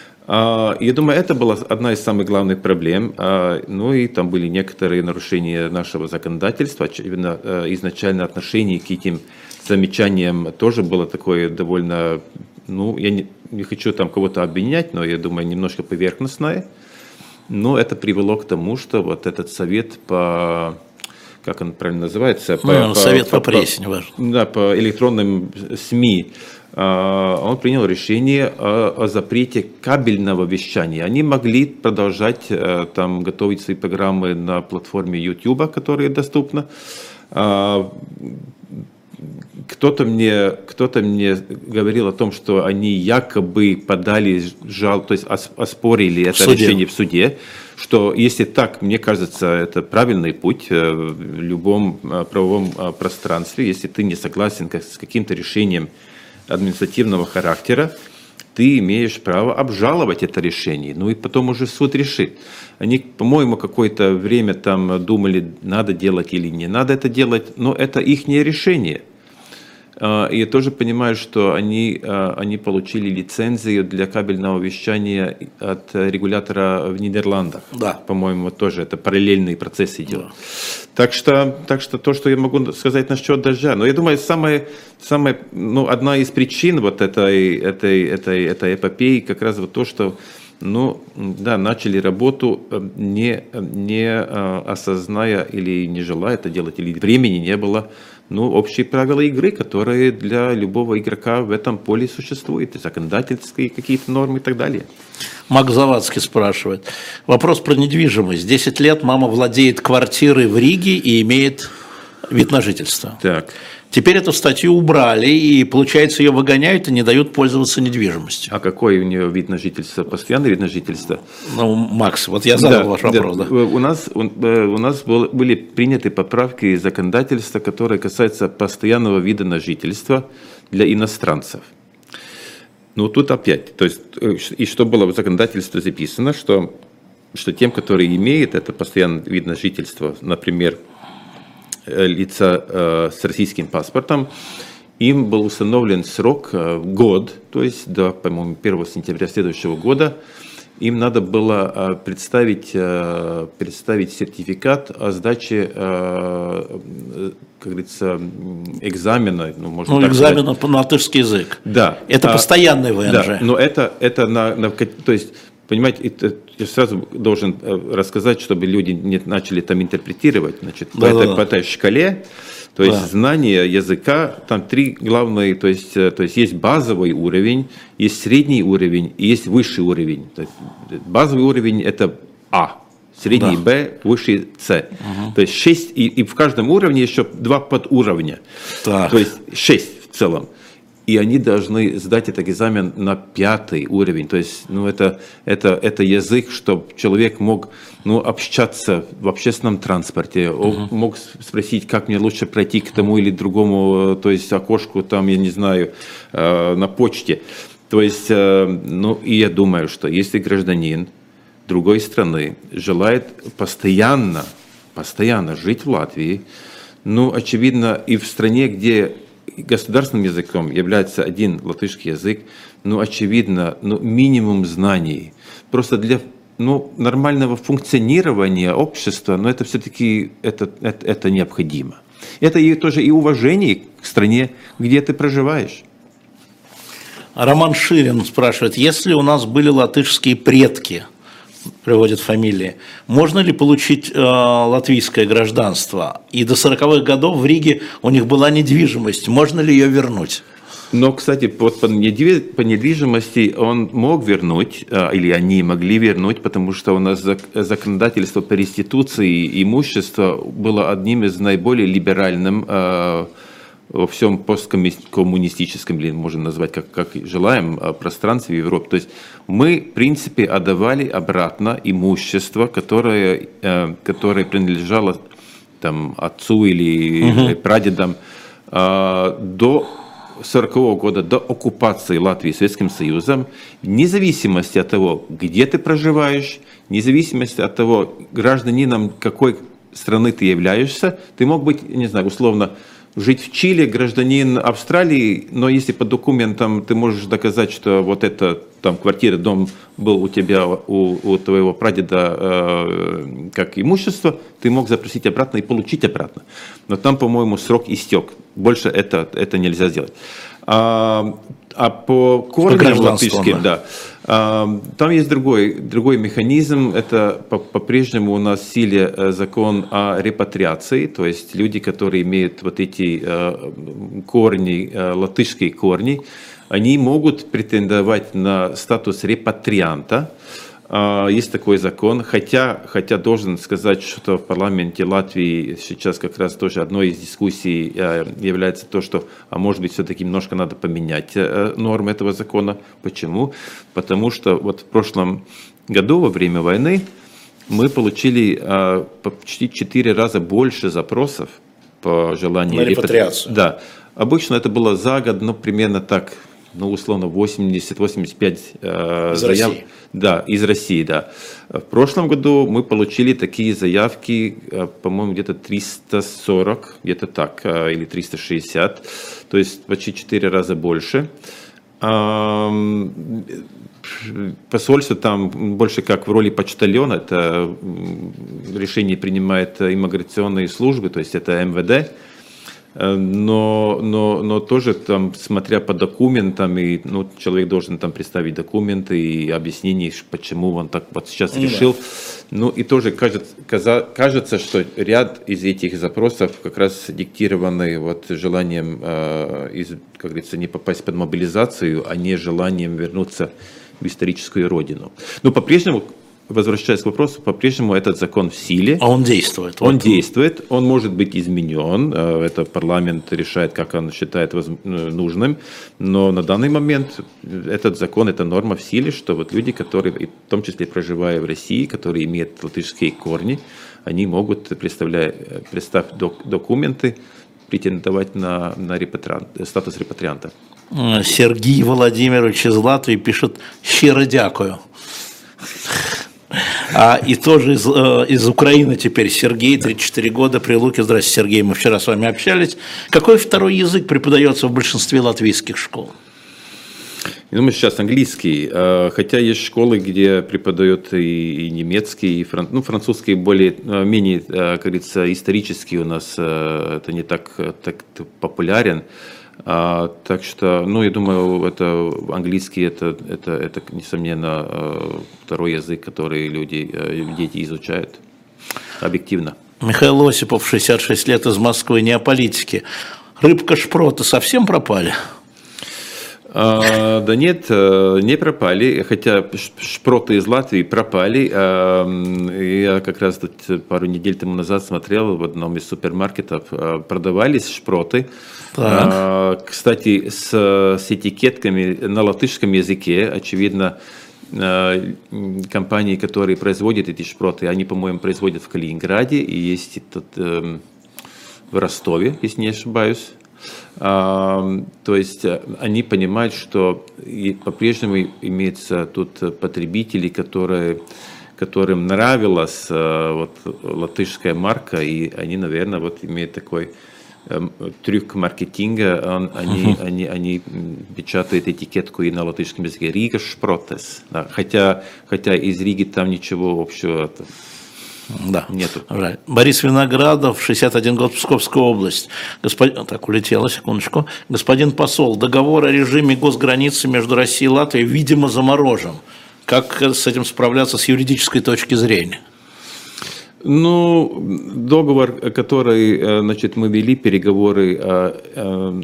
[SPEAKER 3] Я думаю, это была одна из самых главных проблем. Ну, и там были некоторые нарушения нашего законодательства, очевидно, изначально отношение к этим замечаниям тоже было такое довольно, ну, я не, не хочу там кого-то обвинять, но я думаю, немножко поверхностное. Но это привело к тому, что вот этот совет по... как он правильно называется? По,
[SPEAKER 2] ну,
[SPEAKER 3] по,
[SPEAKER 2] совет по,
[SPEAKER 3] по
[SPEAKER 2] прессе, не важно.
[SPEAKER 3] Да, по электронным СМИ. Он принял решение о, о запрете кабельного вещания. Они могли продолжать там готовить свои программы на платформе YouTube, которая доступна. Кто-то мне, кто-то мне говорил о том, что они якобы подали жалобу, то есть оспорили это решение в суде, что если так, мне кажется, это правильный путь в любом правовом пространстве, если ты не согласен с каким-то решением административного характера, ты имеешь право обжаловать это решение, ну и потом уже суд решит. Они, по-моему, какое-то время там думали, надо делать или не надо это делать, но это их решение. И я тоже понимаю, что они, они получили лицензию для кабельного вещания от регулятора в Нидерландах.
[SPEAKER 2] Да.
[SPEAKER 3] По-моему, тоже это параллельный процесс идет. Да. Так что, так что то, что я могу сказать насчет «Дождя». Но я думаю, самая, самая, ну, одна из причин вот этой, этой, этой, этой эпопеи как раз вот то, что ну, да, начали работу, не, не осозная или не желая это делать, или времени не было. Ну, общие правила игры, которые для любого игрока в этом поле существуют, законодательские какие-то нормы и так далее.
[SPEAKER 2] Макс Завадский спрашивает. Вопрос про недвижимость. десять лет мама владеет квартирой в Риге и имеет вид на жительство.
[SPEAKER 3] Так.
[SPEAKER 2] Теперь эту статью убрали, и, получается, ее выгоняют и не дают пользоваться недвижимостью.
[SPEAKER 3] А какой у нее вид на жительство? Постоянный вид на жительство?
[SPEAKER 2] Ну, Макс, вот я задал да, ваш вопрос. Да.
[SPEAKER 3] Да. У нас, у, у нас был, были приняты поправки законодательства, которые касаются постоянного вида на жительство для иностранцев. Ну, тут опять, то есть, и что было в законодательстве записано, что, что тем, которые имеют это постоянный вид на жительство, например, лица э, с российским паспортом, им был установлен срок э, год, то есть до, по-моему, первого сентября следующего года, им надо было э, представить, э, представить сертификат о сдаче, э, как говорится, экзамена. Ну, можно
[SPEAKER 2] ну экзамена на латышский язык.
[SPEAKER 3] Да.
[SPEAKER 2] Это а, постоянный ВНЖ.
[SPEAKER 3] Да, но это, это на, на, то есть, понимаете, это, я сразу должен рассказать, чтобы люди не начали там интерпретировать. Значит, да, по, да, этой, да. по этой шкале, то есть да. знание языка, там три главные, то есть, то есть есть базовый уровень, есть средний уровень и есть высший уровень. То есть базовый уровень это А, средний да. Б, высший С. Угу. То есть шесть, и, и в каждом уровне еще два подуровня. Так. То есть шесть в целом. И они должны сдать этот экзамен на пятый уровень. То есть, ну, это, это, это язык, чтобы человек мог, ну, общаться в общественном транспорте, uh-huh. мог спросить, как мне лучше пройти к тому или другому, то есть, окошку, там, я не знаю, на почте. То есть, ну, и я думаю, что если гражданин другой страны желает постоянно, постоянно жить в Латвии, ну, очевидно, и в стране, где государственным языком является один латышский язык, ну, очевидно, ну, минимум знаний. Просто для ну, нормального функционирования общества, но это все-таки это, это, это необходимо. Это и, тоже и уважение к стране, где ты проживаешь.
[SPEAKER 2] Роман Ширин спрашивает, если у нас были латышские предки, приводит фамилии, можно ли получить э, латвийское гражданство? И до сороковых годов в Риге у них была недвижимость, можно ли ее вернуть?
[SPEAKER 3] Но, кстати, по, по недвижимости он мог вернуть, э, или они могли вернуть, потому что у нас законодательство по реституции имущества было одним из наиболее либеральным э, во всем посткоммунистическом, или можно назвать как, как желаем, пространстве Европы. То есть мы, в принципе, отдавали обратно имущество, которое, которое принадлежало там, отцу или угу. прадедам до сорокового года, до оккупации Латвии Советским Союзом, вне зависимости от того, где ты проживаешь, вне зависимости от того, гражданином какой страны ты являешься, ты мог быть, не знаю, условно, жить в Чили, гражданин Австралии, но если по документам ты можешь доказать, что вот эта там квартира, дом был у тебя, у, у твоего прадеда э, как имущество, ты мог запросить обратно и получить обратно. Но там, по-моему, срок истек. Больше это, это нельзя сделать. А, а по корням латышским, да, а, там есть другой, другой механизм. Это по- по-прежнему у нас в силе закон о репатриации, то есть люди, которые имеют вот эти э, корни, э, латышские корни, они могут претендовать на статус репатрианта. Есть такой закон, хотя, хотя должен сказать, что в парламенте Латвии сейчас как раз тоже одной из дискуссий является то, что, а может быть, все-таки немножко надо поменять нормы этого закона. Почему? Потому что вот в прошлом году, во время войны, мы получили почти четыре раза больше запросов по желанию
[SPEAKER 2] на репатриацию.
[SPEAKER 3] Да. Обычно это было за год, ну, примерно так, ну, условно, восемьдесят-восемьдесят пять э,
[SPEAKER 2] из
[SPEAKER 3] заяв...
[SPEAKER 2] России.
[SPEAKER 3] Да, из России, да. В прошлом году мы получили такие заявки, э, по-моему, где-то триста сорок, где-то так, э, или триста шестьдесят, то есть почти четыре раза больше. Э, посольство там больше как в роли почтальона, это решение принимает иммиграционные службы, то есть это эм вэ дэ. но, но, но тоже там, смотря по документам, и, ну, человек должен там представить документы и объяснение, почему он так вот сейчас решил. Ну и тоже кажется, кажется, что ряд из этих запросов как раз диктированы вот желанием, э, из, как говорится, не попасть под мобилизацию, а не желанием вернуться в историческую родину. Но по-прежнему, возвращаясь к вопросу, по-прежнему этот закон в силе.
[SPEAKER 2] А он действует?
[SPEAKER 3] Он вот. действует, он может быть изменен, это парламент решает, как он считает нужным, но на данный момент этот закон, эта норма в силе, что вот люди, которые, в том числе проживая в России, которые имеют латышские корни, они могут, представляя, представив документы, претендовать на, на репатриант, статус репатрианта.
[SPEAKER 2] Сергей Владимирович из Латвии пишет «щиро дякую». А, и тоже из, из Украины теперь Сергей, тридцать четыре года, Прилуки. Здравствуйте, Сергей, мы вчера с вами общались. Какой второй язык преподается в большинстве латвийских школ?
[SPEAKER 3] Я думаю, сейчас английский, хотя есть школы, где преподают и, и немецкий, и фран, ну, французский более, менее, как говорится, исторический у нас, это не так, так популярен. А, так что, ну, я думаю, это английский, это, это, это несомненно, второй язык, который люди, дети изучают объективно.
[SPEAKER 2] Михаил Осипов, шестьдесят шесть лет, из Москвы, не о политике. Рыбка-шпроты совсем пропали?
[SPEAKER 3] А, да нет, не пропали, хотя шпроты из Латвии пропали. Я как раз тут пару недель тому назад смотрел, в одном из супермаркетов продавались шпроты. Так. Кстати, с, с этикетками на латышском языке, очевидно, компании, которые производят эти шпроты, они, по-моему, производят в Калининграде, и есть тут в Ростове, если не ошибаюсь. То есть они понимают, что по-прежнему имеются тут потребители, которые, которым нравилась вот, латышская марка, и они, наверное, вот имеют такой трюк маркетинга, он, они, uh-huh. они, они печатают этикетку и на латышском языке «Рига Шпротес», да, хотя, хотя из Риги там ничего общего
[SPEAKER 2] да.
[SPEAKER 3] нету.
[SPEAKER 2] Жаль. Борис Виноградов, шестьдесят один год, Псковская область. Господин... Так, улетела, секундочку. Господин посол, договор о режиме госграницы между Россией и Латвией, видимо, заморожен. Как с этим справляться с юридической точки зрения?
[SPEAKER 3] Ну, договор, который, значит, мы вели переговоры о, о,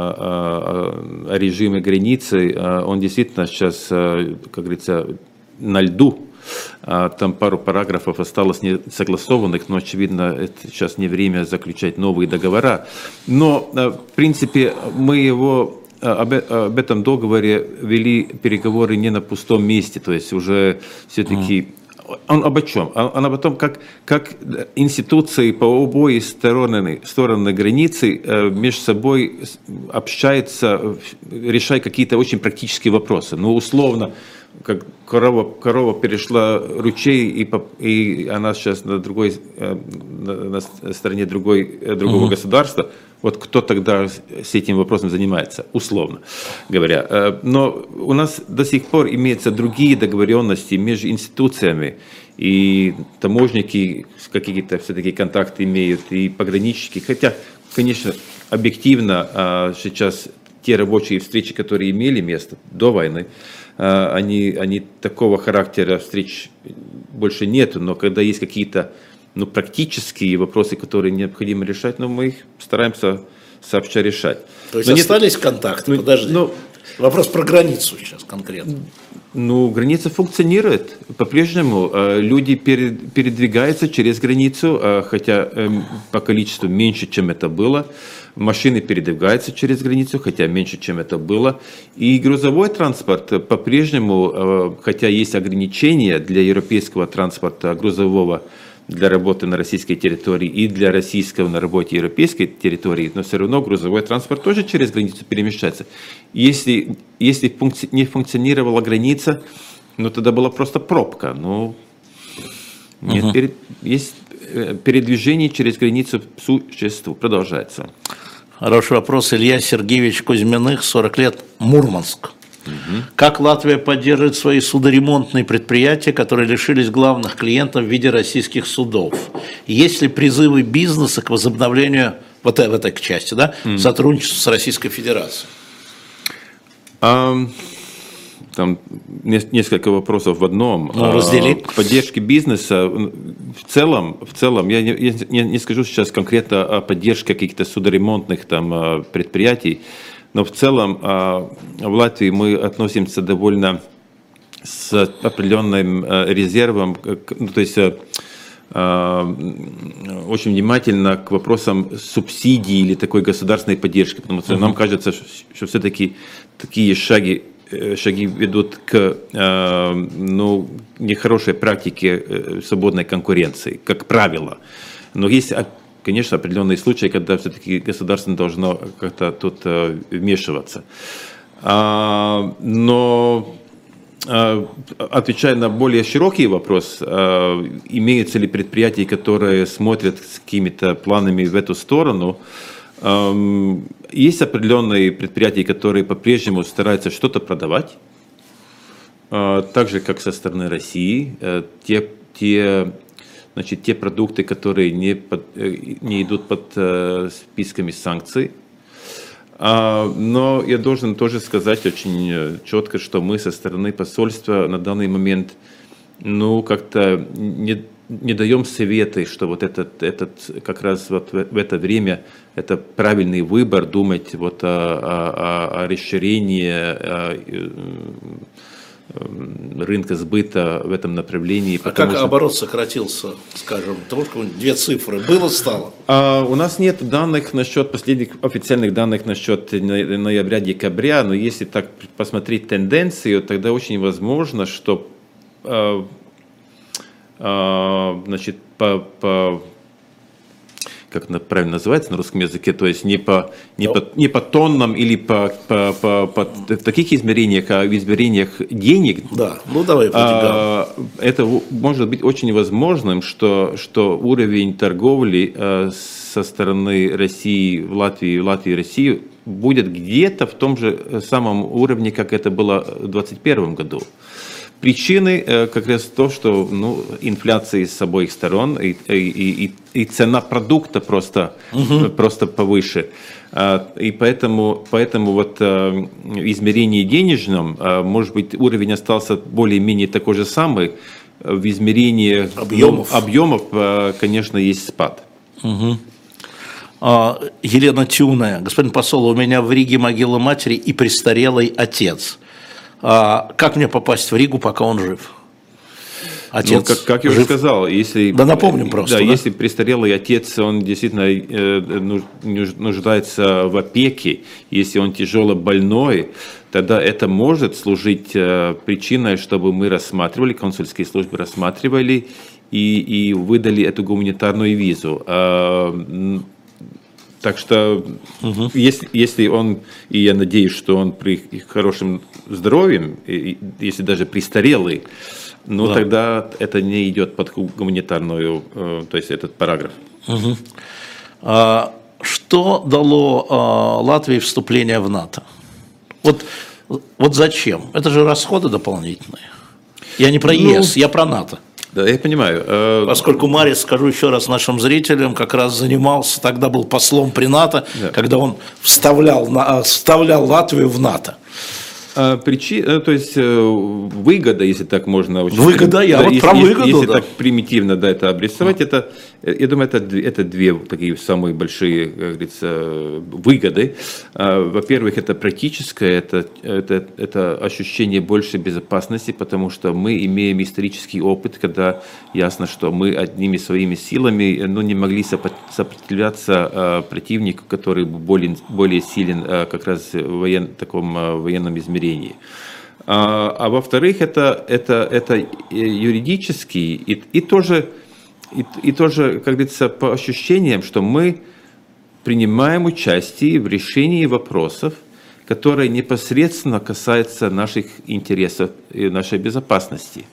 [SPEAKER 3] о, о режиме границы, он действительно сейчас, как говорится, на льду. Там пару параграфов осталось не согласованных, но, очевидно, это сейчас не время заключать новые договора. Но, в принципе, мы его об, об этом договоре вели переговоры не на пустом месте, то есть уже все-таки... Он обо чем? Он об том, как, как институции по обои стороны, стороны границы между собой общаются, решая какие-то очень практические вопросы. Ну, условно, как корова, корова перешла ручей, и, и она сейчас на другой, на стороне другой, другого uh-huh. государства. Вот кто тогда с этим вопросом занимается, условно говоря. Но у нас до сих пор имеются другие договоренности между институциями, и таможники какие-то все-таки контакты имеют, и пограничники. Хотя, конечно, объективно сейчас те рабочие встречи, которые имели место до войны, они, они такого характера встреч больше нету, но когда есть какие-то ну, практические вопросы, которые необходимо решать, но мы их стараемся сообща решать.
[SPEAKER 2] То есть
[SPEAKER 3] но
[SPEAKER 2] остались
[SPEAKER 3] нет,
[SPEAKER 2] контакты?
[SPEAKER 3] Ну,
[SPEAKER 2] Подожди.
[SPEAKER 3] Ну,
[SPEAKER 2] Вопрос про границу сейчас конкретно.
[SPEAKER 3] Ну, граница функционирует. По-прежнему люди передвигаются через границу, хотя по количеству меньше, чем это было. Машины передвигаются через границу, хотя меньше, чем это было. И грузовой транспорт по-прежнему, хотя есть ограничения для европейского транспорта грузового, для работы на российской территории и для российского на работе европейской территории, но все равно грузовой транспорт тоже через границу перемещается. Если, если функци- не функционировала граница, ну тогда была просто пробка. Ну, нет, uh-huh. перед, есть передвижение через границу существует, продолжается.
[SPEAKER 2] Хороший вопрос. Илья Сергеевич Кузьминых, сорок лет, Мурманск. Угу. Как Латвия поддерживает свои судоремонтные предприятия, которые лишились главных клиентов в виде российских судов? Есть ли призывы бизнеса к возобновлению вот в этой части, да, mm. сотрудничество с Российской Федерацией?
[SPEAKER 3] Um... Там несколько вопросов в одном.
[SPEAKER 2] Ну, раздели.
[SPEAKER 3] К поддержке бизнеса в целом, в целом я не, не, не скажу сейчас конкретно о поддержке каких-то судоремонтных там предприятий, но в целом в Латвии мы относимся довольно с определенным резервом, ну, то есть очень внимательно к вопросам субсидий или такой государственной поддержки, потому что uh-huh. нам кажется, что, что все-таки такие шаги шаги ведут к э, ну, нехорошей практике свободной конкуренции, как правило. Но есть, конечно, определенные случаи, когда все-таки государство должно как-то тут э, вмешиваться. А, но, э, отвечая на более широкий вопрос, э, имеются ли предприятия, которые смотрят с какими-то планами в эту сторону, есть определенные предприятия, которые по-прежнему стараются что-то продавать, так же, как со стороны России. Те, те, значит, те продукты, которые не, под, не идут под списками санкций. Но я должен тоже сказать очень четко, что мы со стороны посольства на данный момент ну, как-то не не даем советы, что вот этот, этот как раз вот в это время это правильный выбор думать вот о, о, о расширении о, о, рынка сбыта в этом направлении.
[SPEAKER 2] А как что... оборот сократился, скажем, того, что две цифры было, стало?
[SPEAKER 3] А, у нас нет данных насчет, последних официальных данных насчет ноября-декабря, но если так посмотреть тенденцию, тогда очень возможно, что значит, по, по, как это правильно называется на русском языке, то есть не по, не по, не по тоннам или по, по, по, по в таких измерениях, а в измерениях денег.
[SPEAKER 2] Да, ну давай по деньгам.
[SPEAKER 3] Это может быть очень возможным, что, что уровень торговли со стороны России в Латвии, в Латвии и России будет где-то в том же самом уровне, как это было в двадцать первом году. Причины как раз то, что ну, инфляция с обоих сторон и, и, и, и цена продукта просто, угу. просто повыше. И поэтому, поэтому вот в измерении денежном, может быть, уровень остался более-менее такой же самый. В измерении
[SPEAKER 2] объемов,
[SPEAKER 3] объемов конечно, есть спад.
[SPEAKER 2] Угу. Елена Тюная. Господин посол, у меня в Риге могила матери и престарелый отец. А как мне попасть в Ригу, пока он жив?
[SPEAKER 3] Отец ну, как, как я жив? Уже сказал, если,
[SPEAKER 2] да напомним просто.
[SPEAKER 3] Да,
[SPEAKER 2] да?
[SPEAKER 3] Если престарелый отец, он действительно э, нуждается в опеке, если он тяжело больной, тогда это может служить э, причиной, чтобы мы рассматривали, консульские службы рассматривали и, и выдали эту гуманитарную визу. А, Так что, угу. если, если он, и я надеюсь, что он при хорошем здоровье, и, если даже престарелый, ну да. Тогда это не идет под гуманитарную, то есть этот параграф.
[SPEAKER 2] Угу. А, что дало а, Латвии вступление в НАТО? Вот, вот зачем? Это же расходы дополнительные. Я не про ЕС, ну, я про НАТО.
[SPEAKER 3] Да, я понимаю.
[SPEAKER 2] Поскольку Марис, скажу еще раз нашим зрителям, как раз занимался, тогда был послом при НАТО, да. Когда он вставлял, вставлял Латвию в НАТО.
[SPEAKER 3] Причина, то есть выгода, если так можно.
[SPEAKER 2] Выгода, я
[SPEAKER 3] да,
[SPEAKER 2] вот
[SPEAKER 3] если,
[SPEAKER 2] про
[SPEAKER 3] если,
[SPEAKER 2] выгоду.
[SPEAKER 3] Если
[SPEAKER 2] да.
[SPEAKER 3] так примитивно да, это обрисовать, да. это, я думаю, это, это две такие самые большие, как говорится, выгоды. Во-первых, это практическое, это, это, это ощущение большей безопасности, потому что мы имеем исторический опыт, когда ясно, что мы одними своими силами ну, не могли сопротивляться противнику, который более, более силен как раз в воен, таком военном измерении. А, а во-вторых, это, это, это юридически и, и, тоже, и, и тоже, как говорится, по ощущениям, что мы принимаем участие в решении вопросов, которые непосредственно касаются наших интересов и нашей безопасности.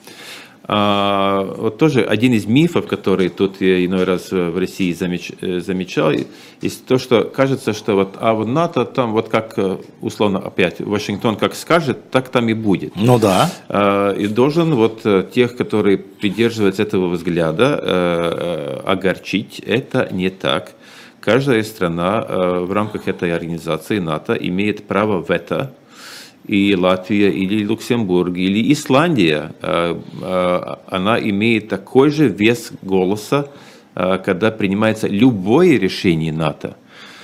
[SPEAKER 3] А, вот тоже один из мифов, который тут я иной раз в России замеч, замечал, есть то, что кажется, что вот, а вот НАТО там вот как, условно, опять, Вашингтон как скажет, так там и будет.
[SPEAKER 2] Ну да.
[SPEAKER 3] А, и должен вот тех, которые придерживаются этого взгляда, огорчить, это не так. каждая страна в рамках этой организации НАТО имеет право вето, и Латвия, или Люксембург, или Исландия, она имеет такой же вес голоса, когда принимается любое решение НАТО.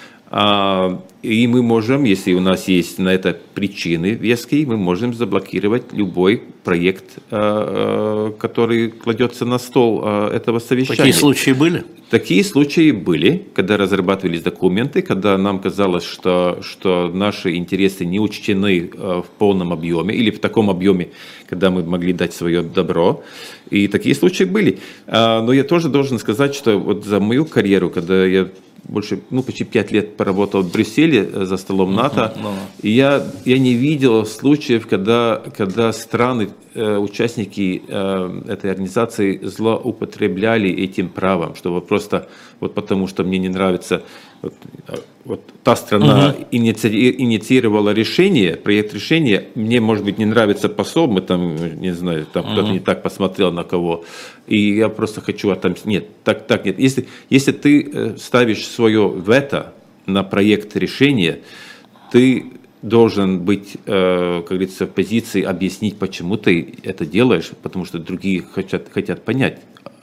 [SPEAKER 3] И мы можем, если у нас есть на это причины веские, мы можем заблокировать любой проект, который кладется на стол этого совещания.
[SPEAKER 2] Такие случаи были?
[SPEAKER 3] Такие случаи были, когда разрабатывались документы, когда нам казалось, что, что наши интересы не учтены в полном объеме или в таком объеме, когда мы могли дать свое добро. И такие случаи были. Но я тоже должен сказать, что вот за мою карьеру, когда я больше, ну, почти пять лет поработал в Брюсселе за столом НАТО, uh-huh, uh-huh. И я, я не видел случаев, когда, когда страны, э, участники э, этой организации злоупотребляли этим правом, чтобы просто, вот потому что мне не нравится, вот, вот та страна uh-huh. иници, инициировала решение, проект решения, мне, может быть, не нравится посол, мы там, не знаю, там uh-huh. кто-то не так посмотрел на кого, и я просто хочу отомстить. Нет, так, так нет. Если, если ты ставишь свое вето на проект решения, ты должен быть, э, как говорится, в позиции объяснить, почему ты это делаешь, потому что другие хотят, хотят понять,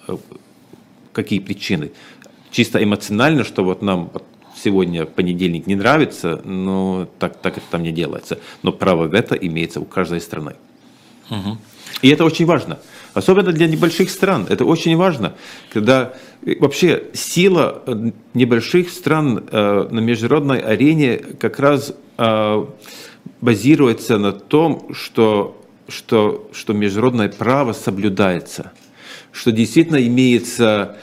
[SPEAKER 3] какие причины. Чисто эмоционально, что вот нам сегодня понедельник не нравится, но так, так это там не делается. Но право вето имеется у каждой страны. Угу. И это очень важно. Особенно для небольших стран. Это очень важно, когда вообще сила небольших стран э, на международной арене как раз э, базируется на том, что, что, что международное право соблюдается, что действительно имеется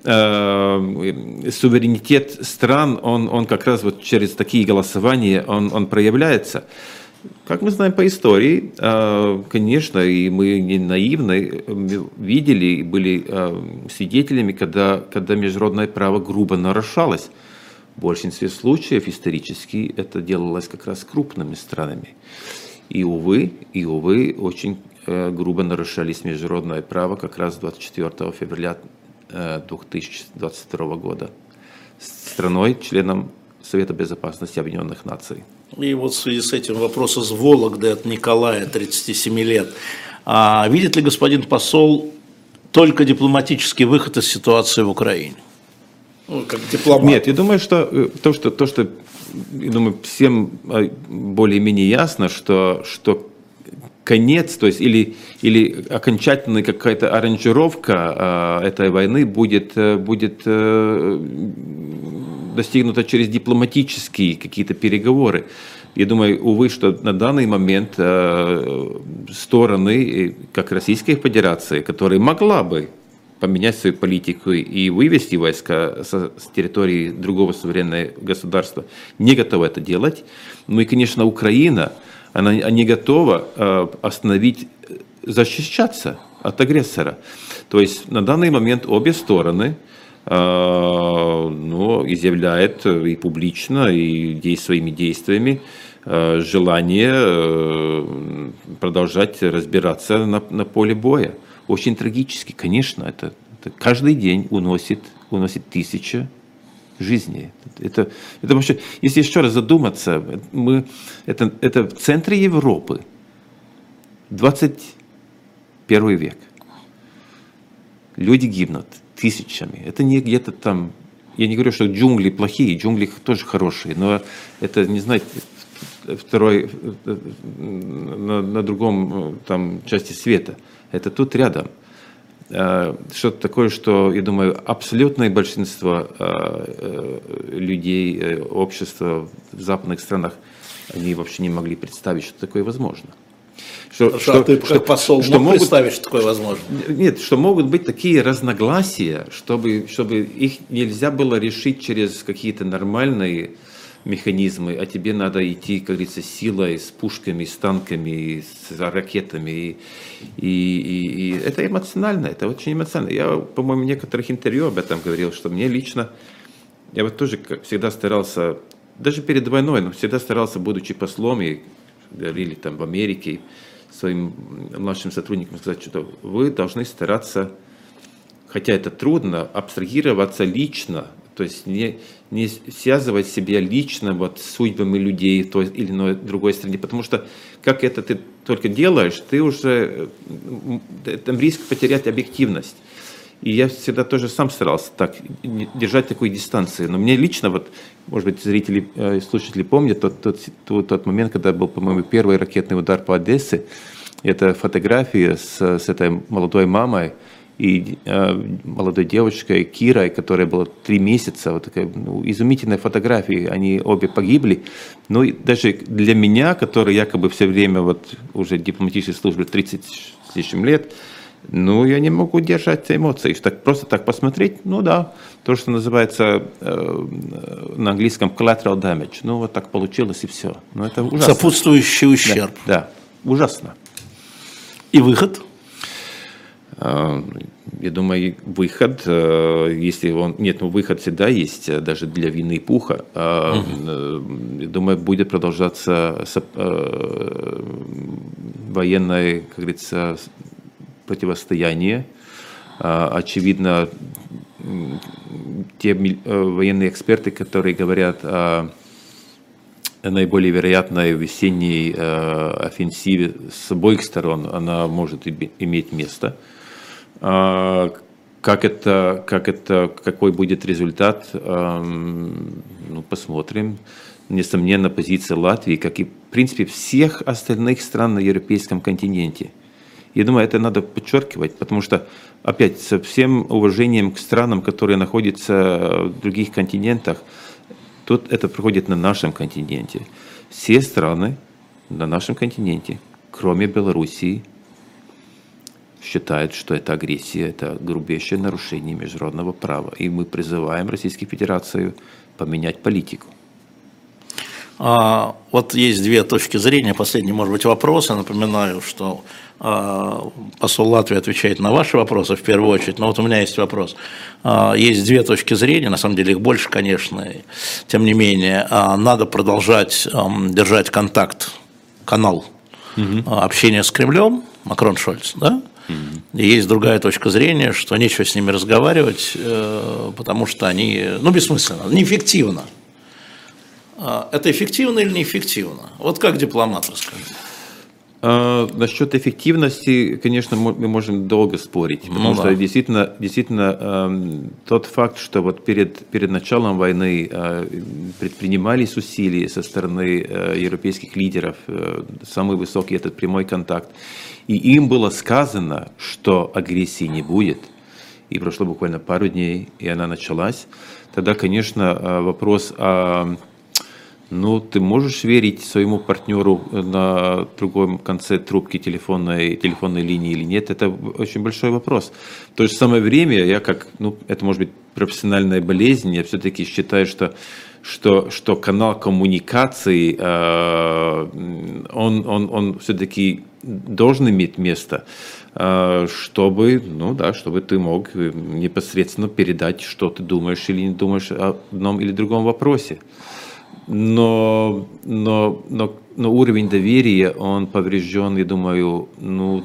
[SPEAKER 3] э, суверенитет стран, он, он как раз вот через такие голосования он, он проявляется. Как мы знаем по истории, конечно, и мы не наивны, видели и были свидетелями, когда, когда международное право грубо нарушалось. В большинстве случаев исторически это делалось как раз крупными странами. И увы, и увы, очень грубо нарушались международное право как раз двадцать четвёртого февраля две тысячи двадцать второго года страной, членом Совета Безопасности Объединенных Наций.
[SPEAKER 2] И вот в связи с этим вопрос из Вологды от Николая, тридцати семи лет. А видит ли господин посол только дипломатический выход из ситуации в Украине? Ну, как дипломат.
[SPEAKER 3] Нет, я думаю, что то, что, то, что я думаю, всем более-менее ясно, что, что конец, то есть или, или окончательная какая-то аранжировка э, этой войны будет, будет э, достигнута через дипломатические какие-то переговоры. Я думаю, увы, что на данный момент э, стороны, как Российской Федерации, которая могла бы поменять свою политику и вывести войска с, с территории другого суверенного государства, не готовы это делать. Ну и, конечно, Украина, она не готова э, остановить, защищаться от агрессора. То есть на данный момент обе стороны э, ну, изъявляют и публично, и своими действиями э, желание э, продолжать разбираться на, на поле боя. Очень трагически, конечно, это, это каждый день уносит, уносит тысячи жизни. Это, это вообще, если еще раз задуматься, мы, это, это в центре Европы, двадцать первый век. Люди гибнут тысячами. Это не где-то там, я не говорю, что джунгли плохие, джунгли тоже хорошие, но это, не знаете, второй, на, на другом там части света. Это тут рядом. Что-то такое, что, я думаю, абсолютное большинство людей, общества в западных странах, они вообще не могли представить, что такое возможно.
[SPEAKER 2] Что, что, ты что, как посол что мог представить, что такое возможно?
[SPEAKER 3] Нет, что могут быть такие разногласия, чтобы, чтобы их нельзя было решить через какие-то нормальные механизмы, а тебе надо идти, как говорится, силой, с пушками, с танками, с ракетами. И, и, и, и это эмоционально, это очень эмоционально. Я, по-моему, в некоторых интервью об этом говорил, что мне лично, я вот тоже как всегда старался, даже перед войной, но всегда старался, будучи послом, и говорили там в Америке, своим младшим сотрудникам сказать, что вы должны стараться, хотя это трудно, абстрагироваться лично, То есть не, не связывать себя лично вот с судьбами людей в той или иной другой стране, потому что как это ты только делаешь, ты уже, там риск потерять объективность. И я всегда тоже сам старался так, держать такую дистанцию. Но мне лично, вот, может быть, зрители и слушатели помнят тот, тот, тот, тот момент, когда был, по-моему, первый ракетный удар по Одессе. Это фотография с, с этой молодой мамой и э, молодой девочкой Кирой, которая была три месяца. Вот такая, ну, изумительная фотография. Они обе погибли. Ну и даже для меня, который якобы все время вот, уже в дипломатической службе тридцать с лишним лет, ну, я не могу держать эмоции. Так, просто так посмотреть, ну да, то, что называется э, на английском collateral damage. Ну, вот так получилось и все. Ну, это ужасно.
[SPEAKER 2] Сопутствующий ущерб.
[SPEAKER 3] Да, да, ужасно.
[SPEAKER 2] И выход?
[SPEAKER 3] Э, я думаю, выход, э, если он... Нет, ну, выход всегда есть, даже для вины пуха. Э, угу. Я думаю, будет продолжаться э, военное, как говорится, противостояние. Очевидно, те военные эксперты, которые говорят о наиболее вероятной весенней офенсиве с обоих сторон, она может иметь место. Как это, как это, какой будет результат, ну, посмотрим. Несомненно, позиция Латвии, как и, в принципе, всех остальных стран на европейском континенте. Я думаю, это надо подчеркивать, потому что, опять, со всем уважением к странам, которые находятся в других континентах, тут это происходит на нашем континенте. Все страны на нашем континенте, кроме Белоруссии, считают, что это агрессия, это грубейшее нарушение международного права. И мы призываем Российскую Федерацию поменять политику.
[SPEAKER 2] А, вот есть две точки зрения. Последний, может быть, вопрос. Я напоминаю, что а, посол Латвии отвечает на ваши вопросы в первую очередь. Но вот у меня есть вопрос. А, есть две точки зрения, на самом деле их больше, конечно. И, тем не менее, а, надо продолжать а, держать контакт, канал угу. а, общения с Кремлем, Макрон-Шольц, да? И есть другая точка зрения, что нечего с ними разговаривать, э, потому что они, ну, бессмысленно, неэффективно. Это эффективно или неэффективно? Вот как дипломат, расскажите.
[SPEAKER 3] А, насчет эффективности, конечно, мы можем долго спорить, потому ну, что да. действительно, действительно э, тот факт, что вот перед, перед началом войны э, предпринимались усилия со стороны э, европейских лидеров, э, самый высокий этот прямой контакт, и им было сказано, что агрессии не будет, и прошло буквально пару дней, и она началась, тогда, конечно, вопрос о... Ну, ты можешь верить своему партнеру на другом конце трубки телефонной, телефонной линии или нет? Это очень большой вопрос. В то же самое время, я как, ну, это может быть профессиональная болезнь, я все-таки считаю, что, что, что канал коммуникации, э, он, он, он все-таки должен иметь место, э, чтобы, ну, да, чтобы ты мог непосредственно передать, что ты думаешь или не думаешь о одном или другом вопросе. Но, но, но, но уровень доверия, он поврежден, я думаю, ну,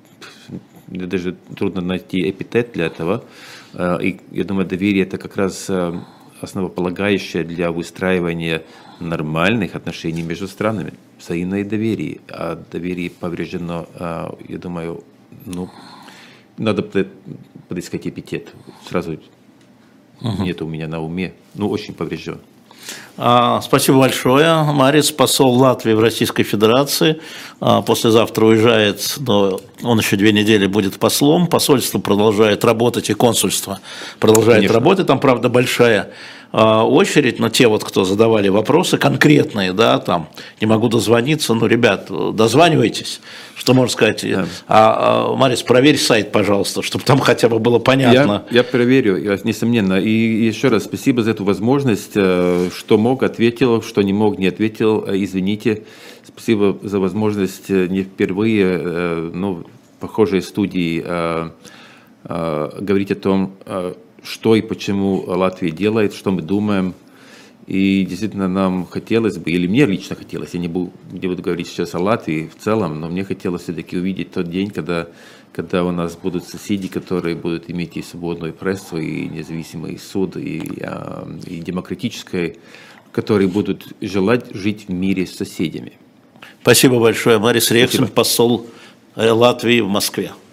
[SPEAKER 3] даже трудно найти эпитет для этого. И я думаю, доверие это как раз основополагающее для выстраивания нормальных отношений между странами. Взаимное доверие. А доверие повреждено, я думаю, ну, надо подыскать эпитет. Сразу uh-huh. нет у меня на уме. Ну, очень поврежден.
[SPEAKER 2] Спасибо большое. Марис, посол Латвии в Российской Федерации, послезавтра уезжает, но он еще две недели будет послом. Посольство продолжает работать, и консульство продолжает Конечно. работать. Там, правда, большая очередь, но те вот, кто задавали вопросы конкретные, да, там, не могу дозвониться, ну, ребят, дозванивайтесь, что можно сказать. Да. А, а, Марис, проверь сайт, пожалуйста, чтобы там хотя бы было понятно.
[SPEAKER 3] Я, я проверю, несомненно, и еще раз спасибо за эту возможность, что мог, ответил, что не мог, не ответил, извините, спасибо за возможность не впервые, ну, в похожей студии говорить о том, что и почему Латвия делает, что мы думаем. И действительно нам хотелось бы, или мне лично хотелось, я не буду, не буду говорить сейчас о Латвии в целом, но мне хотелось все-таки увидеть тот день, когда, когда у нас будут соседи, которые будут иметь и свободную прессу, и независимый суд, и, и демократическое, которые будут желать жить в мире с соседями.
[SPEAKER 2] Спасибо большое. Марис Рексринш, посол Латвии в Москве.